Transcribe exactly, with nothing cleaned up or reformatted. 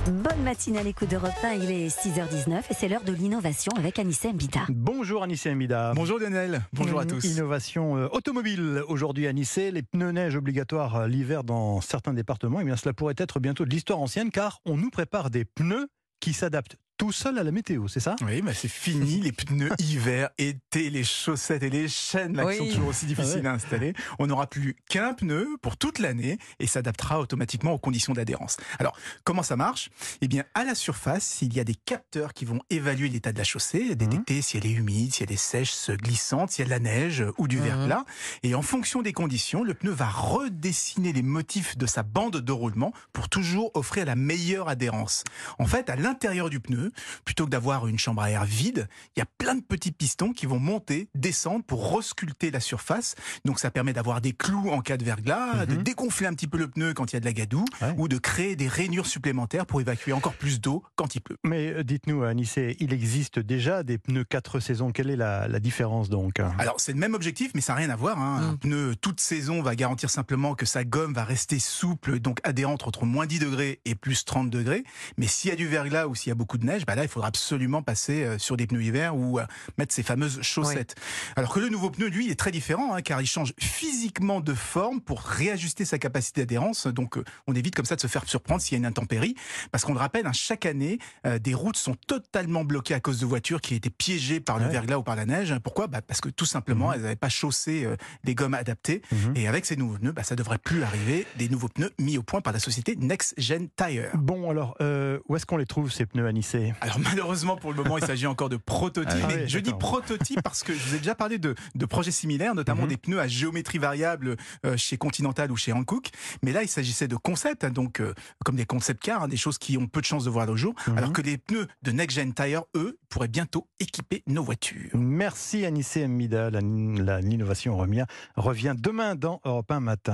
Bonne matinée à l'écoute d'Europe un, il est six heures dix-neuf et c'est l'heure de l'innovation avec Anissé Mbida. Bonjour Anissé Mbida. Bonjour Lionel, bonjour à Une tous. Innovation euh, automobile aujourd'hui Anissé, les pneus neige obligatoires euh, l'hiver dans certains départements, et bien cela pourrait être bientôt de l'histoire ancienne car on nous prépare des pneus qui s'adaptent tout seul à la météo, c'est ça? Oui, mais c'est fini les pneus hiver, été, les chaussettes et les chaînes là, Oui. qui sont toujours aussi difficiles Ah ouais. à installer. On n'aura plus qu'un pneu pour toute l'année et s'adaptera automatiquement aux conditions d'adhérence. Alors, comment ça marche? Eh bien, à la surface, il y a des capteurs qui vont évaluer l'état de la chaussée, détecter si elle est humide, si elle est sèche, glissante, s'il y a de la neige ou du Mhm. verglas. Et en fonction des conditions, le pneu va redessiner les motifs de sa bande de roulement pour toujours offrir la meilleure adhérence. En fait, à l'intérieur du pneu, plutôt que d'avoir une chambre à air vide, il y a plein de petits pistons qui vont monter, descendre pour resculpter la surface. Donc ça permet d'avoir des clous en cas de verglas, Mhm. de dégonfler un petit peu le pneu quand il y a de la gadoue, Ouais. ou de créer des rainures supplémentaires pour évacuer encore plus d'eau quand il pleut. Mais euh, dites-nous Anissé, il existe déjà des pneus quatre saisons, quelle est la, la différence donc? Alors c'est le même objectif, mais ça n'a rien à voir. Hein. Mm. Un pneu toute saison va garantir simplement que sa gomme va rester souple, donc adhérente entre moins dix degrés et plus trente degrés. Mais s'il y a du verglas ou s'il y a beaucoup de neige, bah là il faudra absolument passer euh, sur des pneus hiver ou euh, mettre ces fameuses chaussettes. Alors que le nouveau pneu, lui, est très différent, hein, car il change physiquement de forme pour réajuster sa capacité d'adhérence. Donc euh, on évite comme ça de se faire surprendre s'il y a une intempérie. Parce qu'on le rappelle, hein, chaque année, euh, des routes sont totalement bloquées à cause de voitures qui étaient piégées par le Ouais. verglas ou par la neige. Pourquoi? Bah, parce que tout simplement, Mhm. elles n'avaient pas chaussé euh, les gommes adaptées. Mhm. Et avec ces nouveaux pneus, bah, ça devrait plus arriver. Des nouveaux pneus mis au point par la société Next Gen Tire. Bon alors, euh, où est-ce qu'on les trouve ces pneus Anissé? Alors malheureusement pour le moment il s'agit encore de prototypes. Ah oui, Mais je dis d'accord. prototype parce que je vous ai déjà parlé de, de projets similaires, notamment Mhm. des pneus à géométrie variable euh, chez Continental ou chez Hankook. Mais là il s'agissait de concepts, hein, donc euh, comme des concept cars, hein, des choses qui ont peu de chances de voir le jour. Mhm. Alors que les pneus de Next Gen Tire, eux, pourraient bientôt équiper nos voitures. Merci Anissé Mbida, la- la- l'innovation revient, revient demain dans Europe un matin.